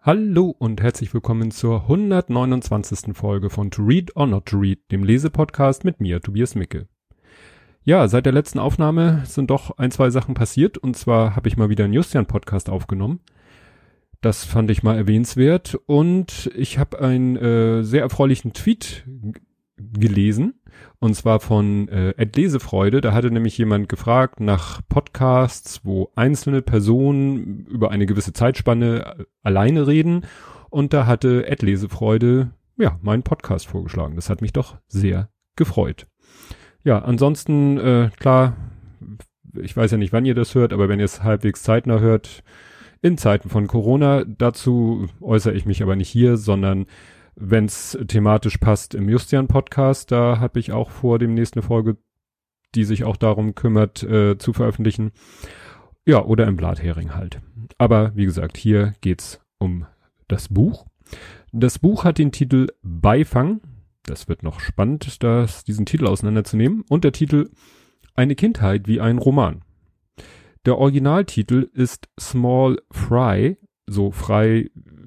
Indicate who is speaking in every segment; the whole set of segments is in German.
Speaker 1: Hallo und herzlich willkommen zur 129. Folge von To Read or Not to Read, dem Lesepodcast mit mir, Tobias Micke. Ja, seit der letzten Aufnahme sind doch ein, zwei Sachen passiert, und zwar habe ich mal wieder einen Justian-Podcast aufgenommen. Das fand ich mal erwähnenswert, und ich habe einen sehr erfreulichen Tweet gelesen, und zwar von @Lesefreude. Da hatte nämlich jemand gefragt nach Podcasts, wo einzelne Personen über eine gewisse Zeitspanne alleine reden, und da hatte @Lesefreude meinen Podcast vorgeschlagen. Das hat mich doch sehr gefreut. Ja, ansonsten klar, ich weiß ja nicht, wann ihr das hört, aber wenn ihr es halbwegs zeitnah hört, in Zeiten von Corona, dazu äußere ich mich aber nicht hier, sondern wenn es thematisch passt im Justian-Podcast, da habe ich auch vor, demnächst eine Folge, die sich auch darum kümmert, zu veröffentlichen. Ja, oder im Blathering halt. Aber wie gesagt, hier geht's um das Buch. Das Buch hat den Titel Beifang. Das wird noch spannend, diesen Titel auseinanderzunehmen. Und der Titel Eine Kindheit wie ein Roman. Der Originaltitel ist Small Fry, so frei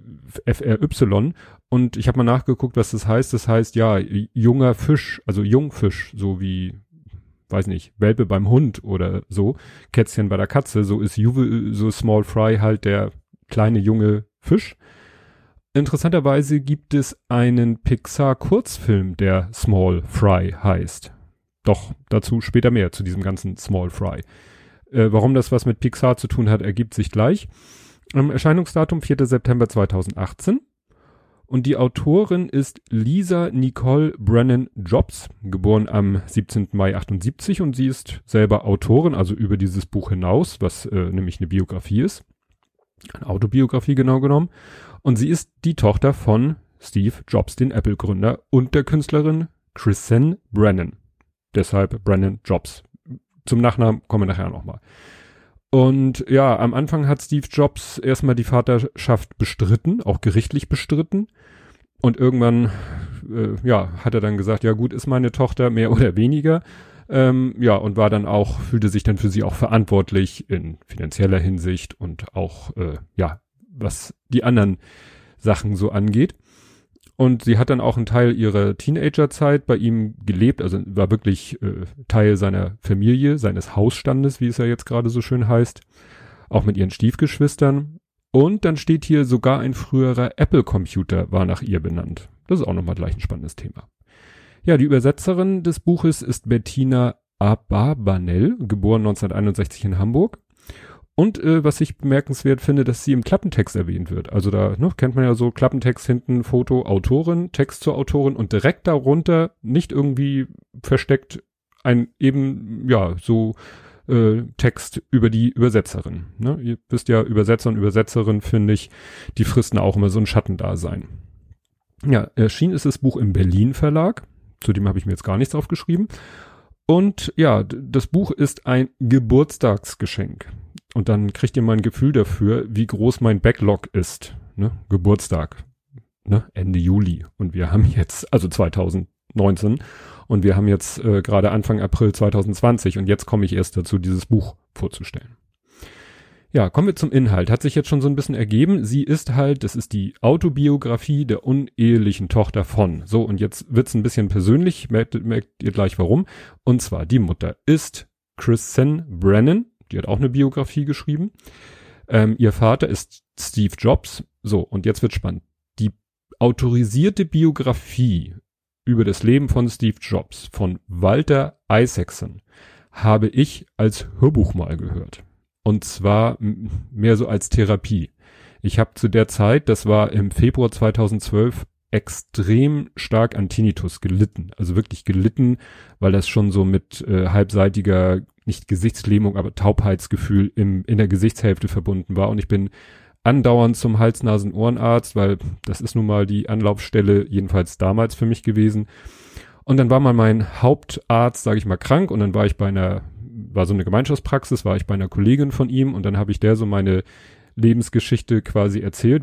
Speaker 1: FRY. Und ich habe mal nachgeguckt, was das heißt. Das heißt, ja, junger Fisch, also Jungfisch, so wie, weiß nicht, Welpe beim Hund oder so, Kätzchen bei der Katze, so ist so Small Fry halt der kleine junge Fisch. Interessanterweise gibt es einen Pixar-Kurzfilm, der Small Fry heißt. Doch, dazu später mehr, zu diesem ganzen Small Fry. Warum das was mit Pixar zu tun hat, ergibt sich gleich. Erscheinungsdatum 4. September 2018. Und die Autorin ist Lisa Nicole Brennan Jobs, geboren am 17. Mai 78, und sie ist selber Autorin, also über dieses Buch hinaus, was nämlich eine Biografie ist. Eine Autobiografie genau genommen. Und sie ist die Tochter von Steve Jobs, den Apple-Gründer, und der Künstlerin Chrisanne Brennan. Deshalb Brennan Jobs. Zum Nachnamen kommen wir nachher nochmal. Und ja, am Anfang hat Steve Jobs erstmal die Vaterschaft bestritten, auch gerichtlich bestritten. Und irgendwann, hat er dann gesagt, ja gut, ist meine Tochter, mehr oder weniger. Und war dann auch, fühlte sich dann für sie auch verantwortlich in finanzieller Hinsicht und auch, was die anderen Sachen so angeht. Und sie hat dann auch einen Teil ihrer Teenagerzeit bei ihm gelebt, also war wirklich Teil seiner Familie, seines Hausstandes, wie es ja jetzt gerade so schön heißt, auch mit ihren Stiefgeschwistern. Und dann steht hier, sogar ein früherer Apple-Computer war nach ihr benannt. Das ist auch nochmal gleich ein spannendes Thema. Ja, die Übersetzerin des Buches ist Bettina Abarbanel, geboren 1961 in Hamburg. Und was ich bemerkenswert finde, dass sie im Klappentext erwähnt wird. Also da kennt man ja so Klappentext hinten, Foto, Autorin, Text zur Autorin, und direkt darunter, nicht irgendwie versteckt, Text über die Übersetzerin. Ne? Ihr wisst ja, Übersetzer und Übersetzerin, finde ich, die fristen auch immer so ein Schattendasein. Ja, erschienen ist das Buch im Berlin Verlag. Zu dem habe ich mir jetzt gar nichts aufgeschrieben. Und ja, das Buch ist ein Geburtstagsgeschenk. Und dann kriegt ihr mal ein Gefühl dafür, wie groß mein Backlog ist. Ne? Geburtstag, Ende Juli. Und wir haben jetzt, also 2019, und wir haben jetzt gerade Anfang April 2020. Und jetzt komme ich erst dazu, dieses Buch vorzustellen. Ja, kommen wir zum Inhalt. Hat sich jetzt schon so ein bisschen ergeben. Sie ist halt, das ist die Autobiografie der unehelichen Tochter von. So, und jetzt wird's ein bisschen persönlich, merkt ihr gleich warum. Und zwar, die Mutter ist Chrisanne Brennan. Die hat auch eine Biografie geschrieben. Ihr Vater ist Steve Jobs. So, und jetzt wird spannend. Die autorisierte Biografie über das Leben von Steve Jobs von Walter Isaacson habe ich als Hörbuch mal gehört. Und zwar mehr so als Therapie. Ich habe zu der Zeit, das war im Februar 2012, extrem stark an Tinnitus gelitten. Also wirklich gelitten, weil das schon so mit halbseitiger, nicht Gesichtslähmung, aber Taubheitsgefühl in der Gesichtshälfte verbunden war. Und ich bin andauernd zum Hals-Nasen-Ohrenarzt, weil das ist nun mal die Anlaufstelle, jedenfalls damals für mich gewesen. Und dann war mal mein Hauptarzt, sage ich mal, krank, und dann war so eine Gemeinschaftspraxis, war ich bei einer Kollegin von ihm, und dann habe ich der so meine Lebensgeschichte quasi erzählt, weil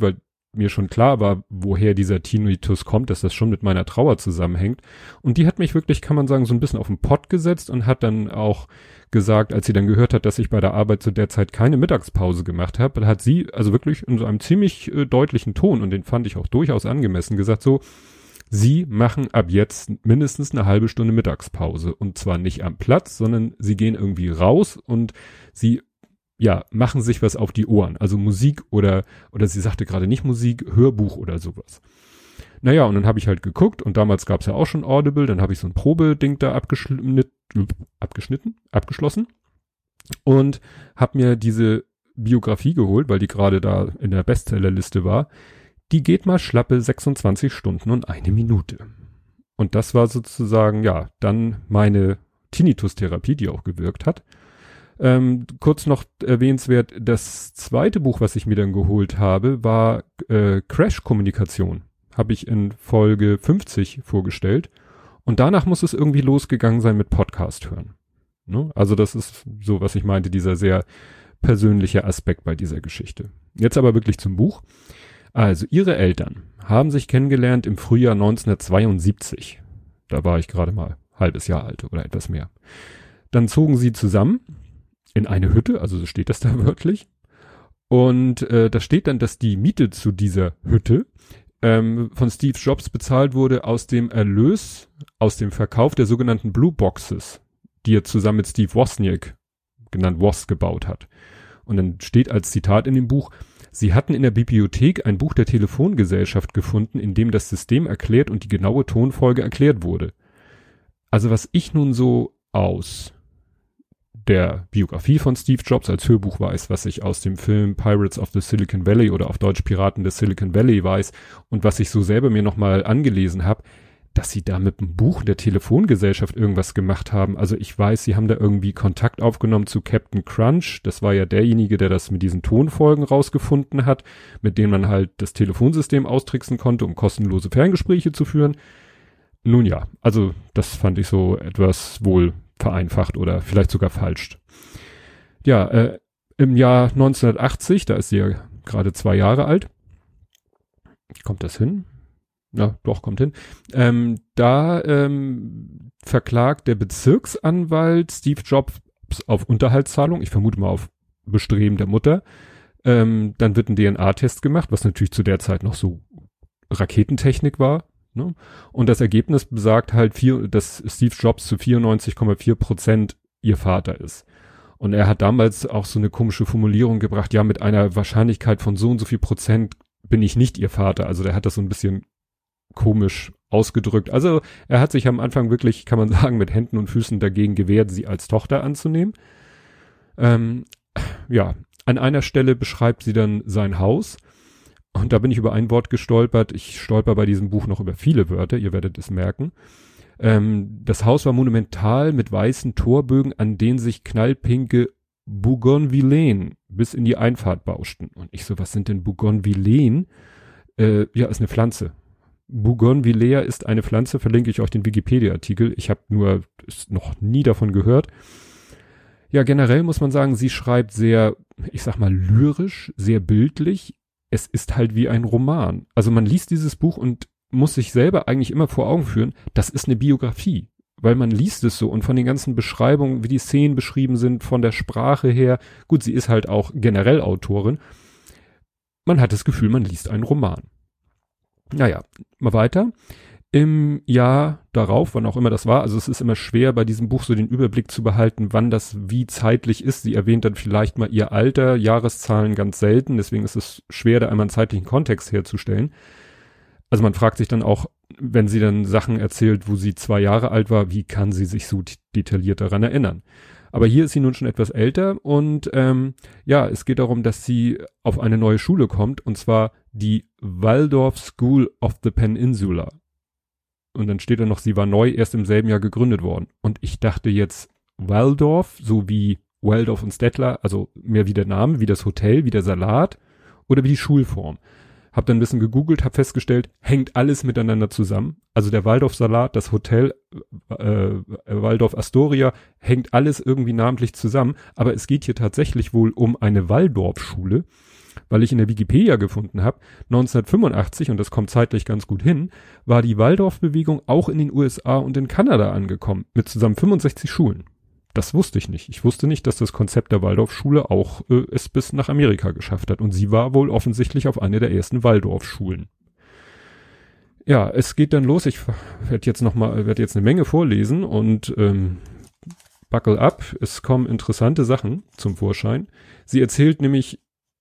Speaker 1: mir schon klar war, woher dieser Tinnitus kommt, dass das schon mit meiner Trauer zusammenhängt. Und die hat mich wirklich, kann man sagen, so ein bisschen auf den Pott gesetzt und hat dann auch gesagt, als sie dann gehört hat, dass ich bei der Arbeit zu der Zeit keine Mittagspause gemacht habe, hat sie also wirklich in so einem ziemlich deutlichen Ton, und den fand ich auch durchaus angemessen, gesagt so, Sie machen ab jetzt mindestens eine halbe Stunde Mittagspause, und zwar nicht am Platz, sondern Sie gehen irgendwie raus und Sie machen sich was auf die Ohren, also Musik oder sie sagte gerade nicht Musik, Hörbuch oder sowas. Naja, und dann habe ich halt geguckt, und damals gab es ja auch schon Audible, dann habe ich so ein Probeding da abgeschlossen und habe mir diese Biografie geholt, weil die gerade da in der Bestsellerliste war. Die geht mal schlappe 26 Stunden und 1 Minute. Und das war sozusagen, dann meine Tinnitus-Therapie, die auch gewirkt hat. Kurz noch erwähnenswert, das zweite Buch, was ich mir dann geholt habe, war Crash-Kommunikation. Habe ich in Folge 50 vorgestellt. Und danach muss es irgendwie losgegangen sein mit Podcast hören. Ne? Also das ist so, was ich meinte, dieser sehr persönliche Aspekt bei dieser Geschichte. Jetzt aber wirklich zum Buch. Also, ihre Eltern haben sich kennengelernt im Frühjahr 1972. Da war ich gerade mal halbes Jahr alt oder etwas mehr. Dann zogen sie zusammen in eine Hütte, also so steht das da wörtlich. Und da steht dann, dass die Miete zu dieser Hütte von Steve Jobs bezahlt wurde aus dem Erlös, aus dem Verkauf der sogenannten Blue Boxes, die er zusammen mit Steve Wozniak, genannt Woz, gebaut hat. Und dann steht als Zitat in dem Buch: Sie hatten in der Bibliothek ein Buch der Telefongesellschaft gefunden, in dem das System erklärt und die genaue Tonfolge erklärt wurde. Also was ich nun so aus der Biografie von Steve Jobs als Hörbuch weiß, was ich aus dem Film Pirates of the Silicon Valley oder auf Deutsch Piraten des Silicon Valley weiß und was ich so selber mir nochmal angelesen habe, dass sie da mit dem Buch der Telefongesellschaft irgendwas gemacht haben. Also ich weiß, sie haben da irgendwie Kontakt aufgenommen zu Captain Crunch. Das war ja derjenige, der das mit diesen Tonfolgen rausgefunden hat, mit denen man halt das Telefonsystem austricksen konnte, um kostenlose Ferngespräche zu führen. Nun ja, also das fand ich so etwas wohl vereinfacht oder vielleicht sogar falsch. Ja, im Jahr 1980, da ist sie ja gerade 2 Jahre alt. Kommt das hin? Ja, doch, kommt hin. Verklagt der Bezirksanwalt Steve Jobs auf Unterhaltszahlung, ich vermute mal auf Bestreben der Mutter. Dann wird ein DNA-Test gemacht, was natürlich zu der Zeit noch so Raketentechnik war. Ne? Und das Ergebnis besagt halt, dass Steve Jobs zu 94,4% ihr Vater ist. Und er hat damals auch so eine komische Formulierung gebracht, ja, mit einer Wahrscheinlichkeit von so und so viel Prozent bin ich nicht ihr Vater. Also der hat das so ein bisschen komisch ausgedrückt. Also er hat sich am Anfang wirklich, kann man sagen, mit Händen und Füßen dagegen gewehrt, sie als Tochter anzunehmen. An einer Stelle beschreibt sie dann sein Haus. Und da bin ich über ein Wort gestolpert. Ich stolper bei diesem Buch noch über viele Wörter, ihr werdet es merken. Das Haus war monumental mit weißen Torbögen, an denen sich knallpinke Bougainvilleen bis in die Einfahrt bauschten. Und ich so, was sind denn Bougainvilleen? Ist eine Pflanze. Bougainvillea ist eine Pflanze, verlinke ich euch den Wikipedia-Artikel. Ich habe nur noch nie davon gehört. Ja, generell muss man sagen, sie schreibt sehr, ich sag mal, lyrisch, sehr bildlich. Es ist halt wie ein Roman. Also man liest dieses Buch und muss sich selber eigentlich immer vor Augen führen, das ist eine Biografie. Weil man liest es so und von den ganzen Beschreibungen, wie die Szenen beschrieben sind, von der Sprache her, gut, sie ist halt auch generell Autorin. Man hat das Gefühl, man liest einen Roman. Naja, mal weiter. Im Jahr darauf, wann auch immer das war, also es ist immer schwer bei diesem Buch so den Überblick zu behalten, wann das wie zeitlich ist. Sie erwähnt dann vielleicht mal ihr Alter, Jahreszahlen ganz selten, deswegen ist es schwer, da einmal einen zeitlichen Kontext herzustellen. Also man fragt sich dann auch, wenn sie dann Sachen erzählt, wo sie 2 Jahre alt war, wie kann sie sich so detailliert daran erinnern? Aber hier ist sie nun schon etwas älter und es geht darum, dass sie auf eine neue Schule kommt, und zwar die Waldorf School of the Peninsula. Und dann steht da noch, sie war neu erst im selben Jahr gegründet worden. Und ich dachte jetzt, Waldorf, so wie Waldorf und Stettler, also mehr wie der Name, wie das Hotel, wie der Salat oder wie die Schulform. Hab dann ein bisschen gegoogelt, hab festgestellt, hängt alles miteinander zusammen. Also der Waldorf-Salat, das Hotel, Waldorf Astoria, hängt alles irgendwie namentlich zusammen. Aber es geht hier tatsächlich wohl um eine Waldorfschule. weil ich in der Wikipedia gefunden habe, 1985, und das kommt zeitlich ganz gut hin, war die Waldorfbewegung auch in den USA und in Kanada angekommen, mit zusammen 65 Schulen. Das wusste ich nicht. Ich wusste nicht, dass das Konzept der Waldorfschule auch es bis nach Amerika geschafft hat. Und sie war wohl offensichtlich auf einer der ersten Waldorfschulen. Ja, es geht dann los. Ich werde jetzt eine Menge vorlesen und buckle up. Es kommen interessante Sachen zum Vorschein. Sie erzählt nämlich,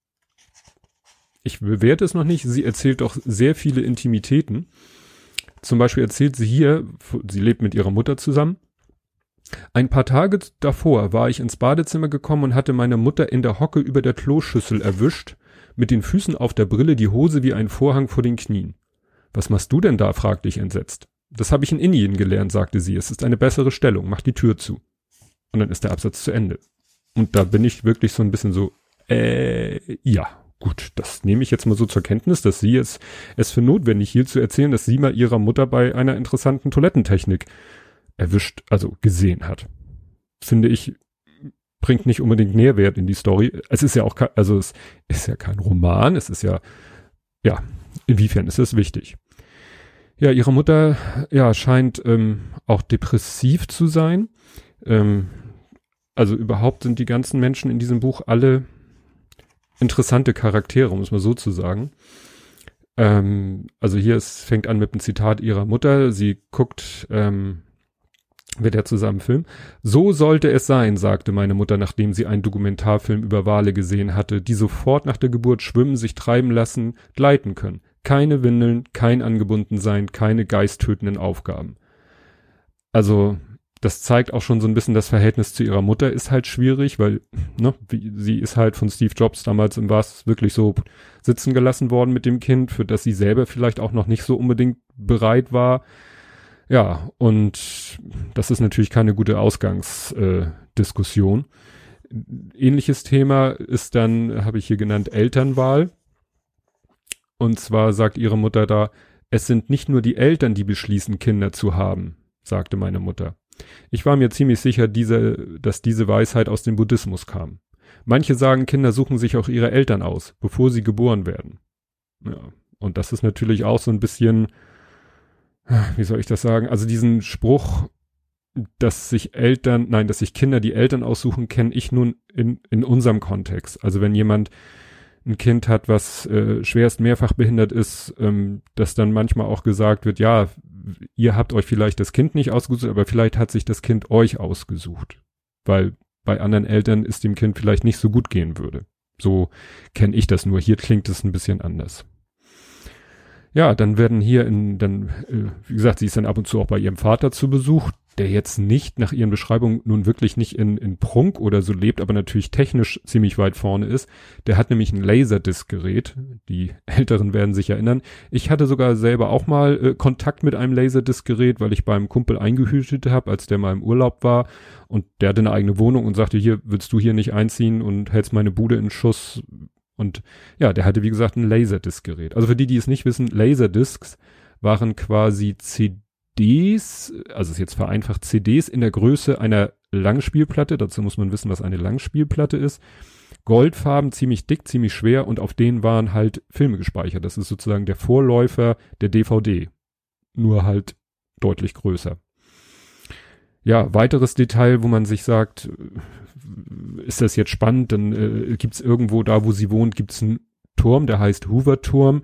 Speaker 1: ich bewerte es noch nicht, sie erzählt auch sehr viele Intimitäten. Zum Beispiel erzählt sie hier, sie lebt mit ihrer Mutter zusammen. Ein paar Tage davor war ich ins Badezimmer gekommen und hatte meine Mutter in der Hocke über der Kloschüssel erwischt, mit den Füßen auf der Brille, die Hose wie ein Vorhang vor den Knien. Was machst du denn da? Fragte ich entsetzt. Das habe ich in Indien gelernt, sagte sie. Es ist eine bessere Stellung, mach die Tür zu. Und dann ist der Absatz zu Ende. Und da bin ich wirklich so ein bisschen so, ja, gut, das nehme ich jetzt mal so zur Kenntnis, dass sie es für notwendig hielt zu erzählen, dass sie mal ihrer Mutter bei einer interessanten Toilettentechnik erwischt, also gesehen hat. Finde ich, bringt nicht unbedingt Nährwert in die Story. Es ist ja auch, es ist ja kein Roman, es ist ja, inwiefern ist es wichtig? Ja, ihre Mutter, scheint auch depressiv zu sein. Also überhaupt sind die ganzen Menschen in diesem Buch alle interessante Charaktere, um es mal so zu sagen. Also hier, es fängt an mit einem Zitat ihrer Mutter. Sie guckt, mit der zusammen Film. So sollte es sein, sagte meine Mutter, nachdem sie einen Dokumentarfilm über Wale gesehen hatte, die sofort nach der Geburt schwimmen, sich treiben lassen, gleiten können. Keine Windeln, kein Angebundensein, keine geisttötenden Aufgaben. Also, das zeigt auch schon so ein bisschen, das Verhältnis zu ihrer Mutter ist halt schwierig, weil, sie ist halt von Steve Jobs damals im Was wirklich so sitzen gelassen worden mit dem Kind, für das sie selber vielleicht auch noch nicht so unbedingt bereit war. Ja, und das ist natürlich keine gute Ausgangsdiskussion. Ähnliches Thema ist dann, habe ich hier genannt, Elternwahl. Und zwar sagt ihre Mutter da, es sind nicht nur die Eltern, die beschließen, Kinder zu haben, sagte meine Mutter. Ich war mir ziemlich sicher, dass diese Weisheit aus dem Buddhismus kam. Manche sagen, Kinder suchen sich auch ihre Eltern aus, bevor sie geboren werden. Ja, und das ist natürlich auch so ein bisschen, wie soll ich das sagen? Also diesen Spruch, dass sich Kinder die Eltern aussuchen, kenne ich nun in unserem Kontext. Also wenn jemand ein Kind hat, was schwerst mehrfach behindert ist, dass dann manchmal auch gesagt wird, ja, ihr habt euch vielleicht das Kind nicht ausgesucht, aber vielleicht hat sich das Kind euch ausgesucht. Weil bei anderen Eltern es dem Kind vielleicht nicht so gut gehen würde. So kenne ich das nur. Hier klingt es ein bisschen anders. Ja, dann werden hier wie gesagt, sie ist dann ab und zu auch bei ihrem Vater zu Besuch, der jetzt nicht nach ihren Beschreibungen nun wirklich nicht in Prunk oder so lebt, aber natürlich technisch ziemlich weit vorne ist. Der hat nämlich ein Laserdisc-Gerät. Die Älteren werden sich erinnern. Ich hatte sogar selber auch mal Kontakt mit einem Laserdisc-Gerät, weil ich beim Kumpel eingehütet habe, als der mal im Urlaub war. Und der hatte eine eigene Wohnung und sagte, hier, willst du hier nicht einziehen und hältst meine Bude in Schuss? Und ja, der hatte, wie gesagt, ein Laserdisc-Gerät. Also für die es nicht wissen, Laserdiscs waren quasi CDs, also ist jetzt vereinfacht, CDs in der Größe einer Langspielplatte. Dazu muss man wissen, was eine Langspielplatte ist. Goldfarben, ziemlich dick, ziemlich schwer und auf denen waren halt Filme gespeichert. Das ist sozusagen der Vorläufer der DVD. Nur halt deutlich größer. Ja, weiteres Detail, wo man sich sagt, ist das jetzt spannend, dann gibt's irgendwo da, wo sie wohnt, gibt's einen Turm, der heißt Hoover-Turm,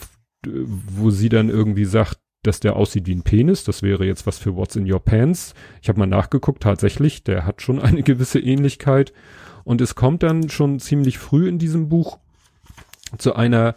Speaker 1: wo sie dann irgendwie sagt, dass der aussieht wie ein Penis. Das wäre jetzt was für What's in Your Pants. Ich habe mal nachgeguckt, tatsächlich, der hat schon eine gewisse Ähnlichkeit. Und es kommt dann schon ziemlich früh in diesem Buch zu einer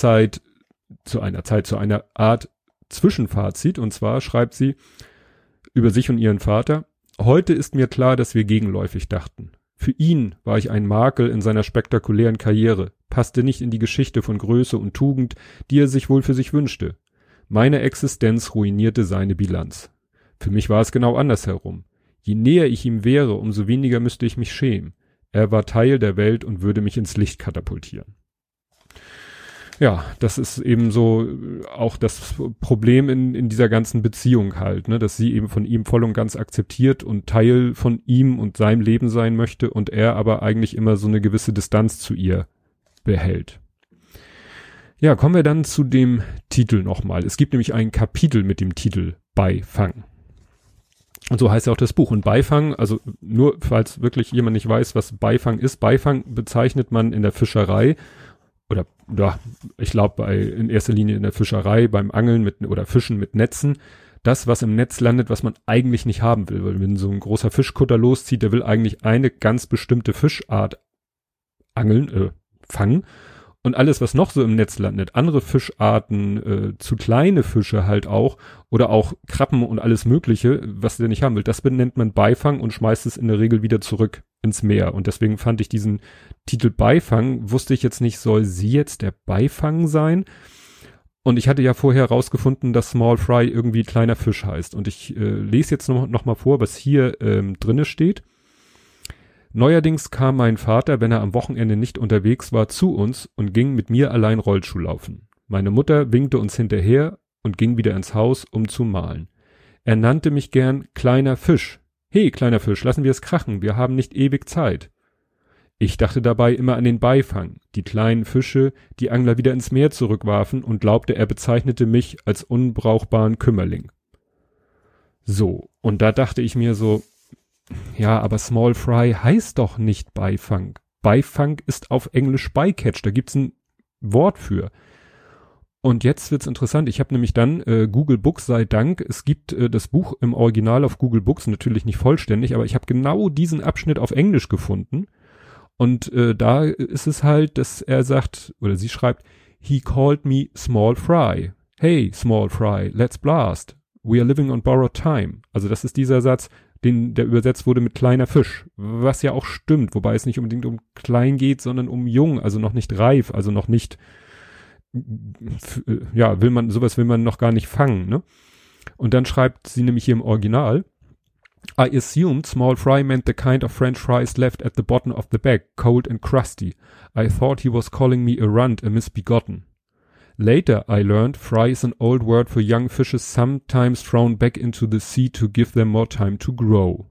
Speaker 1: Art Zwischenfazit. Und zwar schreibt sie über sich und ihren Vater: Heute ist mir klar, dass wir gegenläufig dachten. Für ihn war ich ein Makel in seiner spektakulären Karriere, passte nicht in die Geschichte von Größe und Tugend, die er sich wohl für sich wünschte. Meine Existenz ruinierte seine Bilanz. Für mich war es genau andersherum. Je näher ich ihm wäre, umso weniger müsste ich mich schämen. Er war Teil der Welt und würde mich ins Licht katapultieren. Ja, das ist eben so auch das Problem in dieser ganzen Beziehung halt, ne, dass sie eben von ihm voll und ganz akzeptiert und Teil von ihm und seinem Leben sein möchte und er aber eigentlich immer so eine gewisse Distanz zu ihr behält. Ja, kommen wir dann zu dem Titel nochmal. Es gibt nämlich ein Kapitel mit dem Titel Beifang. Und so heißt ja auch das Buch. Und Beifang, also nur falls wirklich jemand nicht weiß, was Beifang ist. Beifang bezeichnet man in der Fischerei oder ja, ich glaube in erster Linie in der Fischerei beim Angeln oder Fischen mit Netzen. Das, was im Netz landet, was man eigentlich nicht haben will. Weil wenn so ein großer Fischkutter loszieht, der will eigentlich eine ganz bestimmte Fischart fangen. Und alles, was noch so im Netz landet, andere Fischarten, zu kleine Fische halt auch, oder auch Krabben und alles Mögliche, was der nicht haben will, das benennt man Beifang und schmeißt es in der Regel wieder zurück ins Meer. Und deswegen fand ich diesen Titel Beifang, wusste ich jetzt nicht, soll sie jetzt der Beifang sein? Und ich hatte ja vorher rausgefunden, dass Small Fry irgendwie kleiner Fisch heißt. Und ich lese jetzt noch mal vor, was hier drinne steht. Neuerdings kam mein Vater, wenn er am Wochenende nicht unterwegs war, zu uns und ging mit mir allein Rollschuh laufen. Meine Mutter winkte uns hinterher und ging wieder ins Haus, um zu mahlen. Er nannte mich gern kleiner Fisch. Hey, kleiner Fisch, lassen wir es krachen, wir haben nicht ewig Zeit. Ich dachte dabei immer an den Beifang, die kleinen Fische, die Angler wieder ins Meer zurückwarfen und glaubte, er bezeichnete mich als unbrauchbaren Kümmerling. So, und da dachte ich mir so, ja, aber Small Fry heißt doch nicht Beifang. Beifang ist auf Englisch Bycatch, da gibt's ein Wort für. Und jetzt wird's interessant, ich habe nämlich dann Google Books sei Dank, es gibt das Buch im Original auf Google Books, natürlich nicht vollständig, aber ich habe genau diesen Abschnitt auf Englisch gefunden. Und da ist es halt, dass er sagt, oder sie schreibt, he called me Small Fry. Hey, Small Fry, let's blast. We are living on borrowed time. Also das ist dieser Satz, der übersetzt wurde mit kleiner Fisch, was ja auch stimmt, wobei es nicht unbedingt um klein geht, sondern um jung, also noch nicht reif, also noch nicht, ja, sowas will man noch gar nicht fangen, ne? Und dann schreibt sie nämlich hier im Original, I assumed small fry meant the kind of French fries left at the bottom of the bag, cold and crusty. I thought he was calling me a runt, a misbegotten. Later I learned fry is an old word for young fishes sometimes thrown back into the sea to give them more time to grow.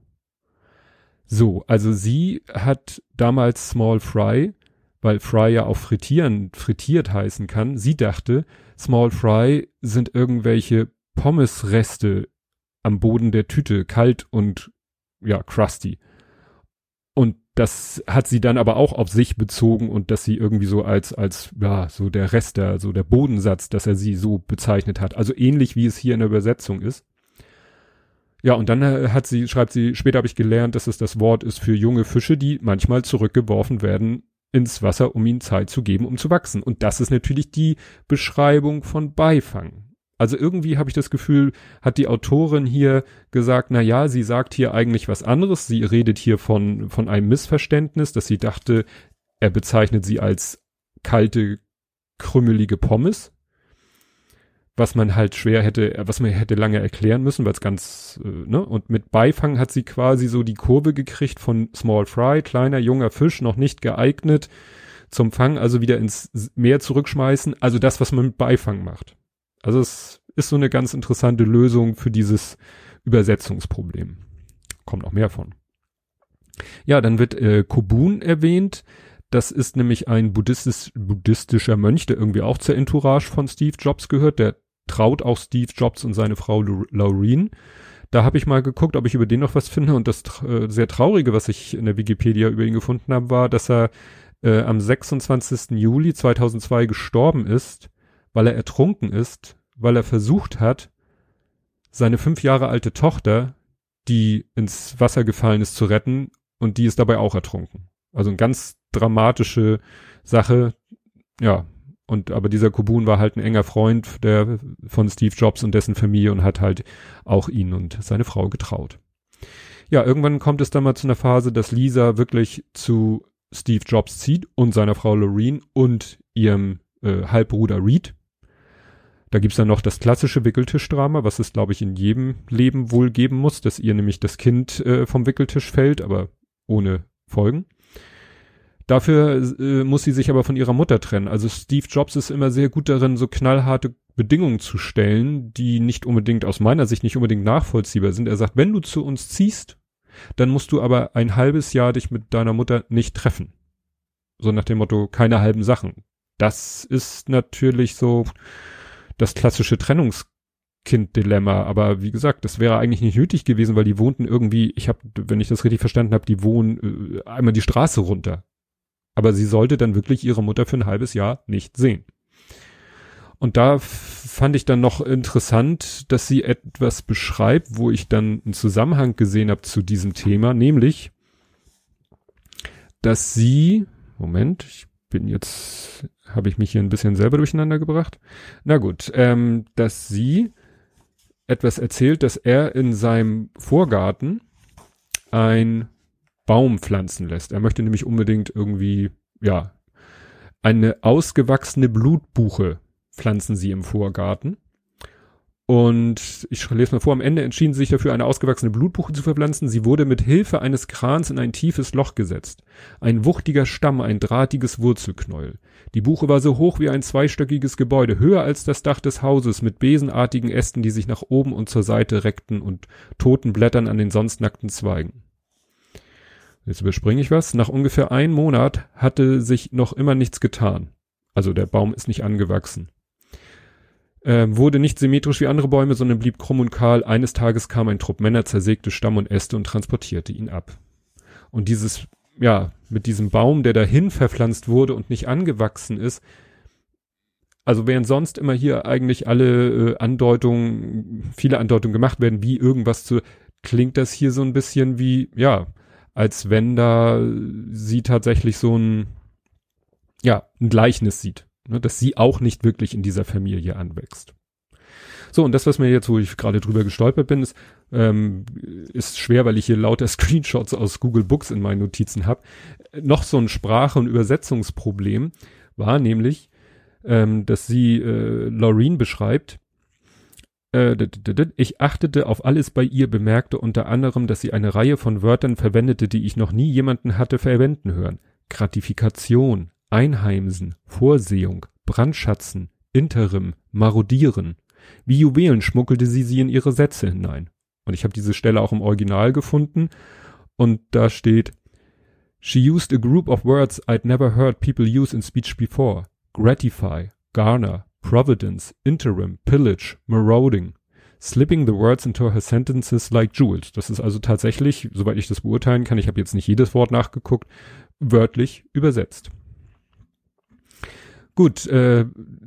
Speaker 1: So, also sie hat damals Small Fry, weil Fry ja auch frittiert heißen kann, sie dachte, Small Fry sind irgendwelche Pommesreste am Boden der Tüte, kalt und ja, crusty. Und das hat sie dann aber auch auf sich bezogen und dass sie irgendwie so als ja, so der Rest, so der Bodensatz, dass er sie so bezeichnet hat. Also ähnlich wie es hier in der Übersetzung ist. Ja, und dann schreibt sie, später habe ich gelernt, dass es das Wort ist für junge Fische, die manchmal zurückgeworfen werden ins Wasser, um ihnen Zeit zu geben, um zu wachsen. Und das ist natürlich die Beschreibung von Beifang. Also irgendwie habe ich das Gefühl, hat die Autorin hier gesagt, na ja, sie sagt hier eigentlich was anderes. Sie redet hier von einem Missverständnis, dass sie dachte, er bezeichnet sie als kalte, krümmelige Pommes. Was man halt was man hätte lange erklären müssen, weil es ganz, ne? Und mit Beifang hat sie quasi so die Kurve gekriegt von Small Fry, kleiner, junger Fisch, noch nicht geeignet zum Fang, also wieder ins Meer zurückschmeißen. Also das, was man mit Beifang macht. Also es ist so eine ganz interessante Lösung für dieses Übersetzungsproblem. Kommt noch mehr von. Ja, dann wird Kobun erwähnt. Das ist nämlich ein buddhistischer Mönch, der irgendwie auch zur Entourage von Steve Jobs gehört. Der traut auch Steve Jobs und seine Frau Laureen. Da habe ich mal geguckt, ob ich über den noch was finde. Und das sehr Traurige, was ich in der Wikipedia über ihn gefunden habe, war, dass er am 26. Juli 2002 gestorben ist, weil er ertrunken ist, weil er versucht hat, seine 5 Jahre alte Tochter, die ins Wasser gefallen ist, zu retten, und die ist dabei auch ertrunken. Also eine ganz dramatische Sache, ja. Aber dieser Kobun war halt ein enger Freund von Steve Jobs und dessen Familie und hat halt auch ihn und seine Frau getraut. Ja, irgendwann kommt es dann mal zu einer Phase, dass Lisa wirklich zu Steve Jobs zieht und seiner Frau Laureen und ihrem Halbbruder Reed. Da gibt's dann noch das klassische Wickeltischdrama, was es, glaube ich, in jedem Leben wohl geben muss, dass ihr nämlich das Kind vom Wickeltisch fällt, aber ohne Folgen. Dafür muss sie sich aber von ihrer Mutter trennen. Also Steve Jobs ist immer sehr gut darin, so knallharte Bedingungen zu stellen, die nicht unbedingt, aus meiner Sicht nicht unbedingt nachvollziehbar sind. Er sagt, wenn du zu uns ziehst, dann musst du aber ein halbes Jahr dich mit deiner Mutter nicht treffen. So nach dem Motto, keine halben Sachen. Das ist natürlich so das klassische Trennungskind-Dilemma. Aber wie gesagt, das wäre eigentlich nicht nötig gewesen, weil die wohnten irgendwie, wenn ich das richtig verstanden habe, die wohnen einmal die Straße runter. Aber sie sollte dann wirklich ihre Mutter für ein halbes Jahr nicht sehen. Und da fand ich dann noch interessant, dass sie etwas beschreibt, wo ich dann einen Zusammenhang gesehen habe zu diesem Thema, nämlich, dass sie, Moment, habe ich mich hier ein bisschen selber durcheinander gebracht. Na gut, dass sie etwas erzählt, dass er in seinem Vorgarten ein Baum pflanzen lässt. Er möchte nämlich unbedingt irgendwie, eine ausgewachsene Blutbuche pflanzen sie im Vorgarten. Und ich lese mal vor, am Ende entschieden sie sich dafür, eine ausgewachsene Blutbuche zu verpflanzen. Sie wurde mit Hilfe eines Krans in ein tiefes Loch gesetzt. Ein wuchtiger Stamm, ein drahtiges Wurzelknäuel. Die Buche war so hoch wie ein zweistöckiges Gebäude, höher als das Dach des Hauses, mit besenartigen Ästen, die sich nach oben und zur Seite reckten und toten Blättern an den sonst nackten Zweigen. Jetzt überspringe ich was. Nach ungefähr 1 Monat hatte sich noch immer nichts getan. Also der Baum ist nicht angewachsen. Wurde nicht symmetrisch wie andere Bäume, sondern blieb krumm und kahl. Eines Tages kam ein Trupp Männer, zersägte Stamm und Äste und transportierte ihn ab. Und mit diesem Baum, der dahin verpflanzt wurde und nicht angewachsen ist, also während sonst immer hier eigentlich alle viele Andeutungen gemacht werden, wie irgendwas klingt das hier so ein bisschen wie, als wenn da sie tatsächlich so ein Gleichnis sieht. Ne, dass sie auch nicht wirklich in dieser Familie anwächst. So, und das, was mir jetzt, wo ich gerade drüber gestolpert bin, ist schwer, weil ich hier lauter Screenshots aus Google Books in meinen Notizen habe. Noch so ein Sprache- und Übersetzungsproblem war nämlich, dass sie Laureen beschreibt, ich achtete auf alles bei ihr, bemerkte unter anderem, dass sie eine Reihe von Wörtern verwendete, die ich noch nie jemanden hatte verwenden hören. Gratifikation, Einheimsen, Vorsehung, Brandschatzen, Interim, Marodieren. Wie Juwelen schmuggelte sie in ihre Sätze hinein. Und ich habe diese Stelle auch im Original gefunden und da steht: She used a group of words I'd never heard people use in speech before. Gratify, garner, providence, interim, pillage, marauding. Slipping the words into her sentences like jewels. Das ist also tatsächlich, soweit ich das beurteilen kann, ich habe jetzt nicht jedes Wort nachgeguckt, wörtlich übersetzt. Gut, wie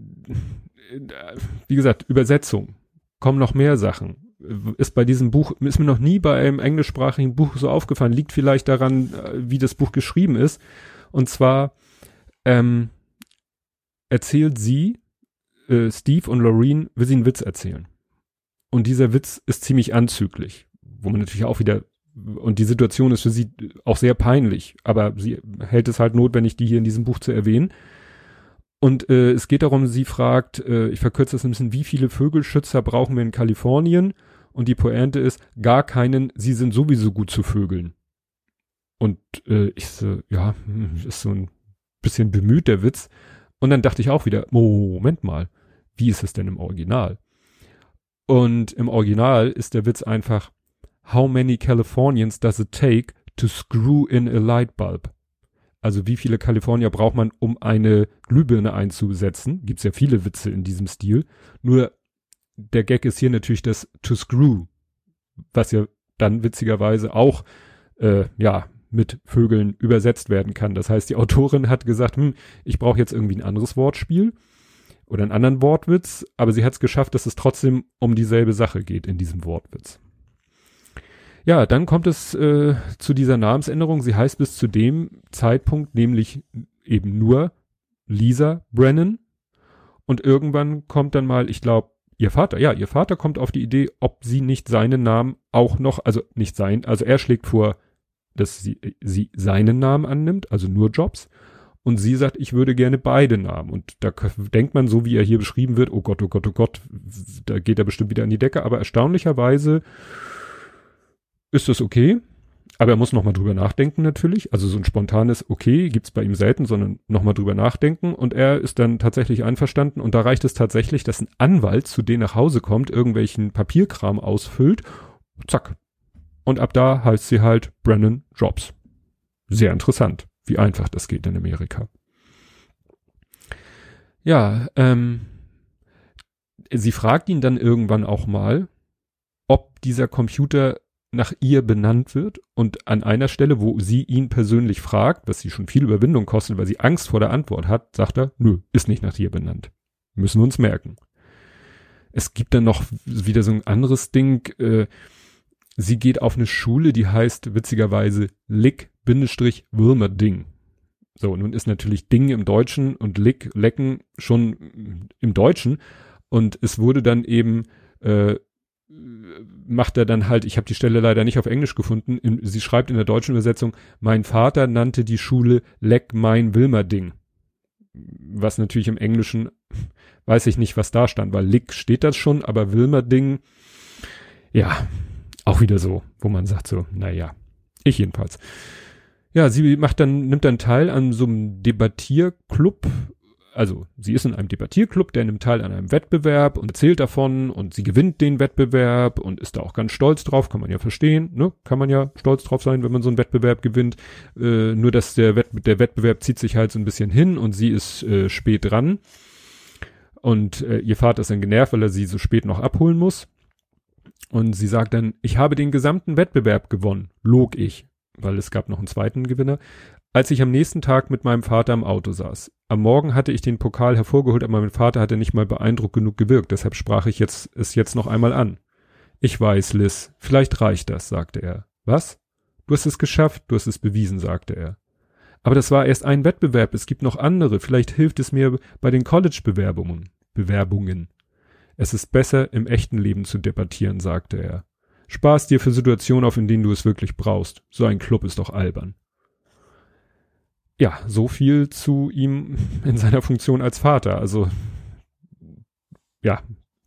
Speaker 1: gesagt, Übersetzung. Kommen noch mehr Sachen. Ist bei diesem Buch, ist mir noch nie bei einem englischsprachigen Buch so aufgefallen. Liegt vielleicht daran, wie das Buch geschrieben ist. Und zwar erzählt sie, Steve und Laureen, will sie einen Witz erzählen. Und dieser Witz ist ziemlich anzüglich. Wo man natürlich auch wieder, und die Situation ist für sie auch sehr peinlich. Aber sie hält es halt notwendig, die hier in diesem Buch zu erwähnen. Und es geht darum, sie fragt, ich verkürze das ein bisschen, wie viele Vögelschützer brauchen wir in Kalifornien? Und die Pointe ist, gar keinen, sie sind sowieso gut zu Vögeln. Und ist so ein bisschen bemüht, der Witz. Und dann dachte ich auch wieder, Moment mal, wie ist es denn im Original? Und im Original ist der Witz einfach, how many Californians does it take to screw in a light bulb? Also wie viele Kalifornier braucht man, um eine Glühbirne einzusetzen? Gibt's ja viele Witze in diesem Stil. Nur der Gag ist hier natürlich das to screw, was ja dann witzigerweise auch mit Vögeln übersetzt werden kann. Das heißt, die Autorin hat gesagt, ich brauche jetzt irgendwie ein anderes Wortspiel oder einen anderen Wortwitz, aber sie hat es geschafft, dass es trotzdem um dieselbe Sache geht in diesem Wortwitz. Ja, dann kommt es zu dieser Namensänderung. Sie heißt bis zu dem Zeitpunkt nämlich eben nur Lisa Brennan. Und irgendwann kommt dann mal, ich glaube, ihr Vater kommt auf die Idee, ob sie nicht seinen Namen auch noch, also er schlägt vor, dass sie seinen Namen annimmt, also nur Jobs. Und sie sagt, ich würde gerne beide Namen. Und da denkt man, so wie er hier beschrieben wird, oh Gott, da geht er bestimmt wieder an die Decke. Aber erstaunlicherweise ist das okay, aber er muss nochmal drüber nachdenken natürlich. Also so ein spontanes Okay gibt's bei ihm selten, sondern nochmal drüber nachdenken. Und er ist dann tatsächlich einverstanden. Und da reicht es tatsächlich, dass ein Anwalt zu denen nach Hause kommt, irgendwelchen Papierkram ausfüllt. Zack. Und ab da heißt sie halt Brennan Jobs. Sehr interessant. wie einfach das geht in Amerika. Ja, sie fragt ihn dann irgendwann auch mal, ob dieser Computer nach ihr benannt wird, und an einer Stelle, wo sie ihn persönlich fragt, was sie schon viel Überwindung kostet, weil sie Angst vor der Antwort hat, sagt er, nö, ist nicht nach ihr benannt. Müssen wir uns merken. Es gibt dann noch wieder so ein anderes Ding, sie geht auf eine Schule, die heißt witzigerweise Lick-Wilmerding. So, nun ist natürlich Ding im Deutschen und Lecken schon im Deutschen, und es wurde dann eben, macht er dann halt, ich habe die Stelle leider nicht auf Englisch gefunden, sie schreibt in der deutschen Übersetzung, mein Vater nannte die Schule Leck-Wilmerding. Was natürlich im Englischen, weiß ich nicht, was da stand, weil Lick steht das schon, aber Wilmerding, ja, auch wieder so, wo man sagt so, naja, ich jedenfalls. Ja, sie nimmt dann teil an so einem Debattierclub, also sie ist in einem Debattierclub, der nimmt teil an einem Wettbewerb und erzählt davon, und sie gewinnt den Wettbewerb und ist da auch ganz stolz drauf, kann man ja verstehen, ne? Kann man ja stolz drauf sein, wenn man so einen Wettbewerb gewinnt, nur dass der Wettbewerb zieht sich halt so ein bisschen hin und sie ist spät dran, und ihr Vater ist dann genervt, weil er sie so spät noch abholen muss, und sie sagt dann, ich habe den gesamten Wettbewerb gewonnen, log ich, weil es gab noch einen zweiten Gewinner, als ich am nächsten Tag mit meinem Vater im Auto saß. Am Morgen hatte ich den Pokal hervorgeholt, aber mein Vater hatte nicht mal beeindruckt genug gewirkt, deshalb sprach ich es jetzt noch einmal an. Ich weiß, Liz, vielleicht reicht das, sagte er. Was? Du hast es geschafft, du hast es bewiesen, sagte er. Aber das war erst ein Wettbewerb, es gibt noch andere, vielleicht hilft es mir bei den College-Bewerbungen. Es ist besser, im echten Leben zu debattieren, sagte er. Spar's dir für Situationen auf, in denen du es wirklich brauchst. So ein Club ist doch albern. Ja, so viel zu ihm in seiner Funktion als Vater. Also, ja.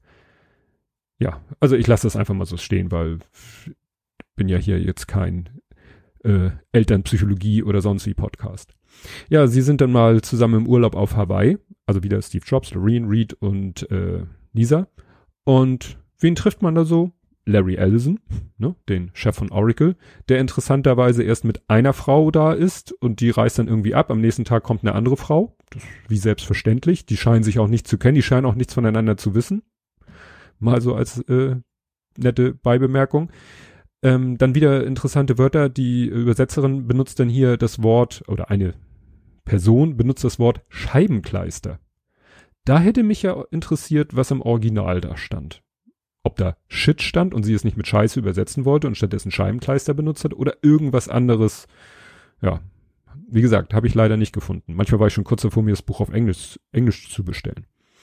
Speaker 1: Ja, also ich lasse das einfach mal so stehen, weil ich bin ja hier jetzt kein Elternpsychologie oder sonst wie Podcast. Ja, sie sind dann mal zusammen im Urlaub auf Hawaii. Also wieder Steve Jobs, Lorraine, Reed und Lisa. Und wen trifft man da so? Larry Ellison, ne, den Chef von Oracle, der interessanterweise erst mit einer Frau da ist, und die reist dann irgendwie ab. Am nächsten Tag kommt eine andere Frau, das ist wie selbstverständlich. Die scheinen sich auch nicht zu kennen, die scheinen auch nichts voneinander zu wissen. Mal so als nette Beibemerkung. Dann wieder interessante Wörter. Die Übersetzerin benutzt dann hier das Wort, oder eine Person benutzt das Wort Scheibenkleister. Da hätte mich ja interessiert, was im Original da stand. Ob da Shit stand und sie es nicht mit Scheiße übersetzen wollte und stattdessen Scheibenkleister benutzt hat oder irgendwas anderes. Ja, wie gesagt, habe ich leider nicht gefunden. Manchmal war ich schon kurz davor, mir das Buch auf Englisch zu bestellen.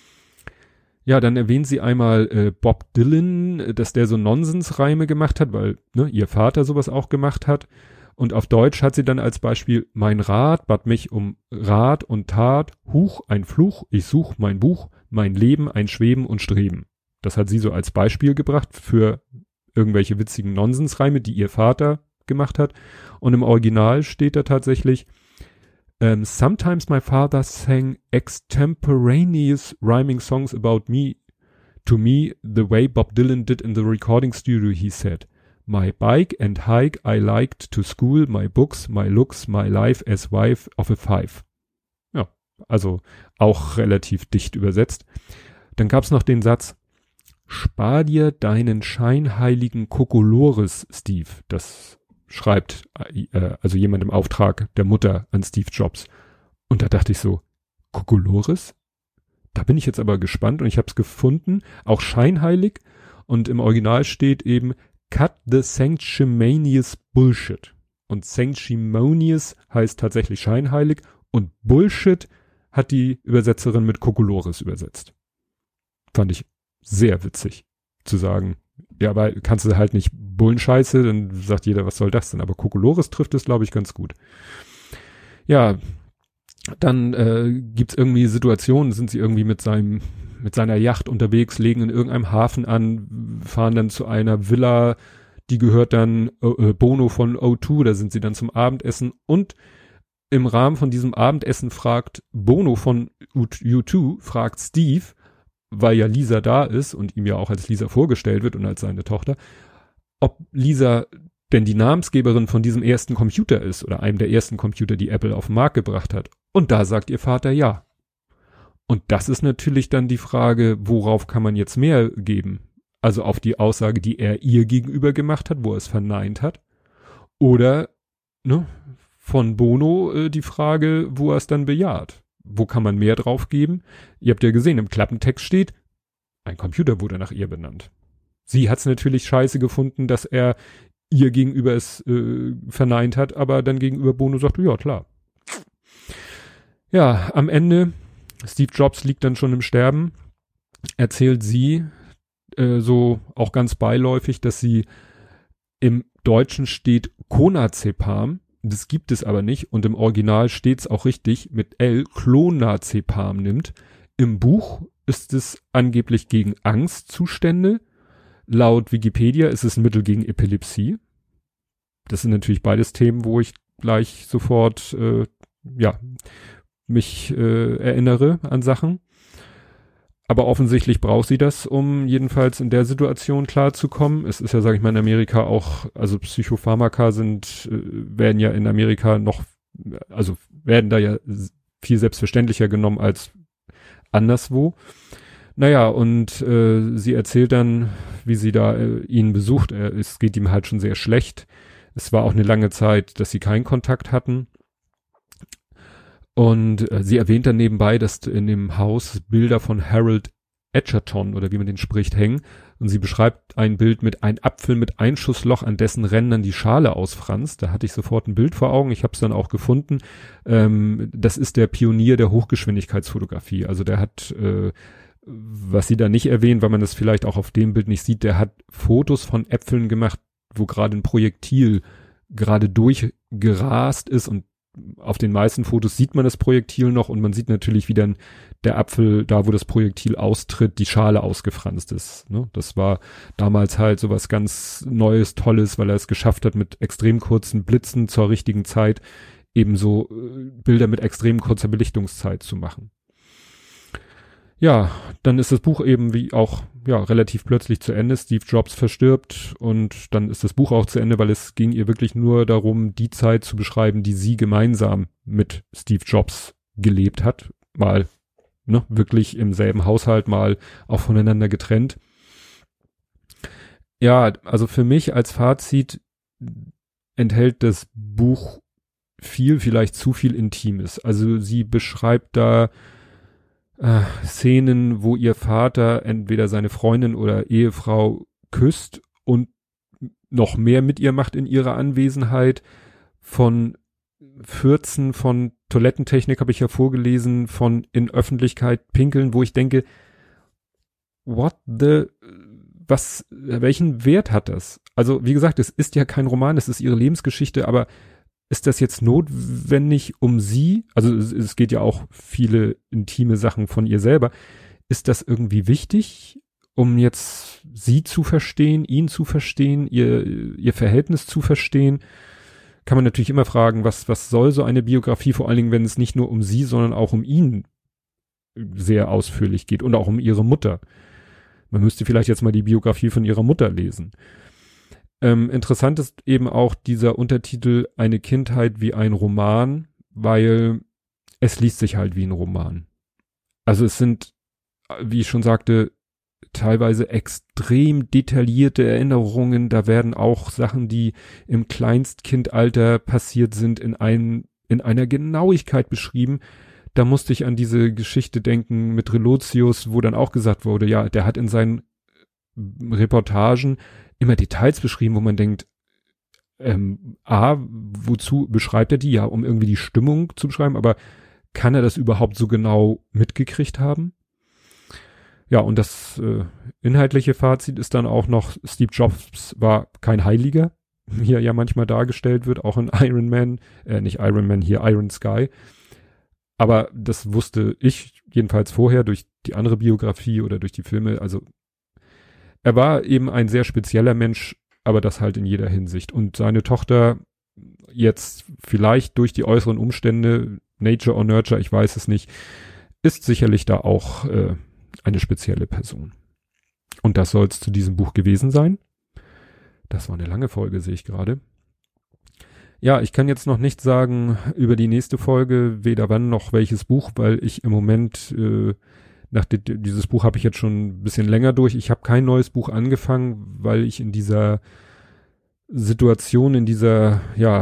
Speaker 1: Ja, dann erwähnt sie einmal Bob Dylan, dass der so Nonsensreime gemacht hat, weil ihr Vater sowas auch gemacht hat. Und auf Deutsch hat sie dann als Beispiel, mein Rat bat mich um Rat und Tat, Huch, ein Fluch, ich such mein Buch, mein Leben, ein Schweben und Streben. Das hat sie so als Beispiel gebracht für irgendwelche witzigen Nonsensreime, die ihr Vater gemacht hat. Und im Original steht da tatsächlich, sometimes my father sang extemporaneous rhyming songs about me, to me, the way Bob Dylan did in the recording studio, he said. My bike and hike I liked to school, my books, my looks, my life as wife of a five. Ja, also auch relativ dicht übersetzt. Dann gab's noch den Satz, spar dir deinen scheinheiligen Kokolores, Steve. Das schreibt also jemand im Auftrag der Mutter an Steve Jobs. Und da dachte ich so, Kokolores? Da bin ich jetzt aber gespannt, und ich habe es gefunden, auch scheinheilig, und im Original steht eben cut the sanctimonious bullshit. Und sanctimonious heißt tatsächlich scheinheilig, und Bullshit hat die Übersetzerin mit Kokolores übersetzt. Fand ich sehr witzig zu sagen, ja, aber kannst du halt nicht Bullenscheiße, dann sagt jeder, was soll das denn? Aber Kokolores trifft es, glaube ich, ganz gut. Ja, dann gibt's irgendwie Situationen, sind sie irgendwie mit seiner Yacht unterwegs, legen in irgendeinem Hafen an, fahren dann zu einer Villa, die gehört dann Bono von O2, da sind sie dann zum Abendessen, und im Rahmen von diesem Abendessen fragt Bono von U2, fragt Steve, weil ja Lisa da ist und ihm ja auch als Lisa vorgestellt wird und als seine Tochter, ob Lisa denn die Namensgeberin von diesem ersten Computer ist oder einem der ersten Computer, die Apple auf den Markt gebracht hat. Und da sagt ihr Vater ja. Und das ist natürlich dann die Frage, worauf kann man jetzt mehr geben? Also auf die Aussage, die er ihr gegenüber gemacht hat, wo er es verneint hat. Oder ne, von Bono die Frage, wo er es dann bejaht. Wo kann man mehr drauf geben? Ihr habt ja gesehen, im Klappentext steht, ein Computer wurde nach ihr benannt. Sie hat es natürlich scheiße gefunden, dass er ihr gegenüber es verneint hat, aber dann gegenüber Bono sagte, ja klar. Ja, am Ende, Steve Jobs liegt dann schon im Sterben, erzählt sie so auch ganz beiläufig, dass sie im Deutschen steht Clonazepam, das gibt es aber nicht und im Original steht es auch richtig mit L, Clonazepam nimmt. Im Buch ist es angeblich gegen Angstzustände. Laut Wikipedia ist es ein Mittel gegen Epilepsie. Das sind natürlich beides Themen, wo ich gleich sofort mich erinnere an Sachen. Aber offensichtlich braucht sie das, um jedenfalls in der Situation klarzukommen. Es ist ja, sage ich mal, in Amerika auch, also Psychopharmaka werden ja in Amerika werden da ja viel selbstverständlicher genommen als anderswo. Naja, und sie erzählt dann, wie sie da ihn besucht. Es geht ihm halt schon sehr schlecht. Es war auch eine lange Zeit, dass sie keinen Kontakt hatten. Und sie erwähnt dann nebenbei, dass in dem Haus Bilder von Harold Edgerton oder wie man den spricht, hängen. Und sie beschreibt ein Bild mit einem Apfel mit Einschussloch, an dessen Rändern die Schale ausfranst. Da hatte ich sofort ein Bild vor Augen. Ich habe es dann auch gefunden. Das ist der Pionier der Hochgeschwindigkeitsfotografie. Also der hat, was sie da nicht erwähnt, weil man das vielleicht auch auf dem Bild nicht sieht, der hat Fotos von Äpfeln gemacht, wo gerade ein Projektil gerade durchgerast ist und auf den meisten Fotos sieht man das Projektil noch und man sieht natürlich, wie dann der Apfel, da wo das Projektil austritt, die Schale ausgefranst ist. Ne? Das war damals halt sowas ganz Neues, Tolles, weil er es geschafft hat, mit extrem kurzen Blitzen zur richtigen Zeit ebenso Bilder mit extrem kurzer Belichtungszeit zu machen. Ja, dann ist das Buch eben wie auch relativ plötzlich zu Ende. Steve Jobs verstirbt und dann ist das Buch auch zu Ende, weil es ging ihr wirklich nur darum, die Zeit zu beschreiben, die sie gemeinsam mit Steve Jobs gelebt hat. Mal wirklich im selben Haushalt, mal auch voneinander getrennt. Ja, also für mich als Fazit enthält das Buch vielleicht zu viel Intimes. Also sie beschreibt da Szenen, wo ihr Vater entweder seine Freundin oder Ehefrau küsst und noch mehr mit ihr macht in ihrer Anwesenheit, von Fürzen, von Toilettentechnik habe ich ja vorgelesen, von in Öffentlichkeit pinkeln, wo ich denke, welchen Wert hat das? Also wie gesagt, es ist ja kein Roman, es ist ihre Lebensgeschichte, aber ist das jetzt notwendig um sie? Also es geht ja auch viele intime Sachen von ihr selber. Ist das irgendwie wichtig, um jetzt sie zu verstehen, ihn zu verstehen, ihr Verhältnis zu verstehen? Kann man natürlich immer fragen, was soll so eine Biografie, vor allen Dingen, wenn es nicht nur um sie, sondern auch um ihn sehr ausführlich geht und auch um ihre Mutter. Man müsste vielleicht jetzt mal die Biografie von ihrer Mutter lesen. Interessant ist eben auch dieser Untertitel Eine Kindheit wie ein Roman, weil es liest sich halt wie ein Roman. Also es sind, wie ich schon sagte, teilweise extrem detaillierte Erinnerungen. Da werden auch Sachen, die im Kleinstkindalter passiert sind, in einer Genauigkeit beschrieben. Da musste ich an diese Geschichte denken mit Relotius, wo dann auch gesagt wurde, ja, der hat in seinen Reportagen immer Details beschrieben, wo man denkt, wozu beschreibt er die? Ja, um irgendwie die Stimmung zu beschreiben, aber kann er das überhaupt so genau mitgekriegt haben? Ja, und das inhaltliche Fazit ist dann auch noch, Steve Jobs war kein Heiliger, wie er ja manchmal dargestellt wird, auch in Iron Man, nicht Iron Man, hier Iron Sky. Aber das wusste ich jedenfalls vorher durch die andere Biografie oder durch die Filme, also er war eben ein sehr spezieller Mensch, aber das halt in jeder Hinsicht. Und seine Tochter jetzt vielleicht durch die äußeren Umstände, Nature or Nurture, ich weiß es nicht, ist sicherlich da auch eine spezielle Person. Und das soll es zu diesem Buch gewesen sein. Das war eine lange Folge, sehe ich gerade. Ja, ich kann jetzt noch nicht sagen über die nächste Folge, weder wann noch welches Buch, weil ich im Moment, dieses Buch habe ich jetzt schon ein bisschen länger durch. Ich habe kein neues Buch angefangen, weil ich in dieser Situation, in dieser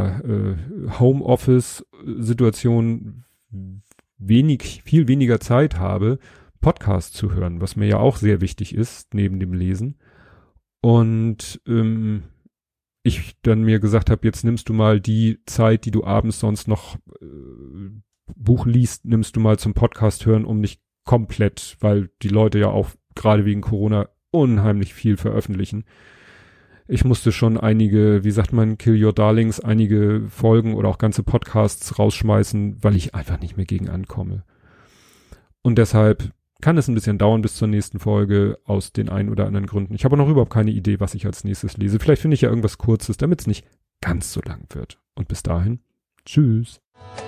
Speaker 1: Homeoffice-Situation viel weniger Zeit habe, Podcasts zu hören, was mir ja auch sehr wichtig ist, neben dem Lesen. Und ich dann mir gesagt habe, jetzt nimmst du mal die Zeit, die du abends sonst noch Buch liest, nimmst du mal zum Podcast hören, um nicht komplett, weil die Leute ja auch gerade wegen Corona unheimlich viel veröffentlichen. Ich musste schon einige, wie sagt man, Kill Your Darlings, einige Folgen oder auch ganze Podcasts rausschmeißen, weil ich einfach nicht mehr gegen ankomme. Und deshalb kann es ein bisschen dauern bis zur nächsten Folge aus den ein oder anderen Gründen. Ich habe noch überhaupt keine Idee, was ich als nächstes lese. Vielleicht finde ich ja irgendwas Kurzes, damit es nicht ganz so lang wird. Und bis dahin, tschüss.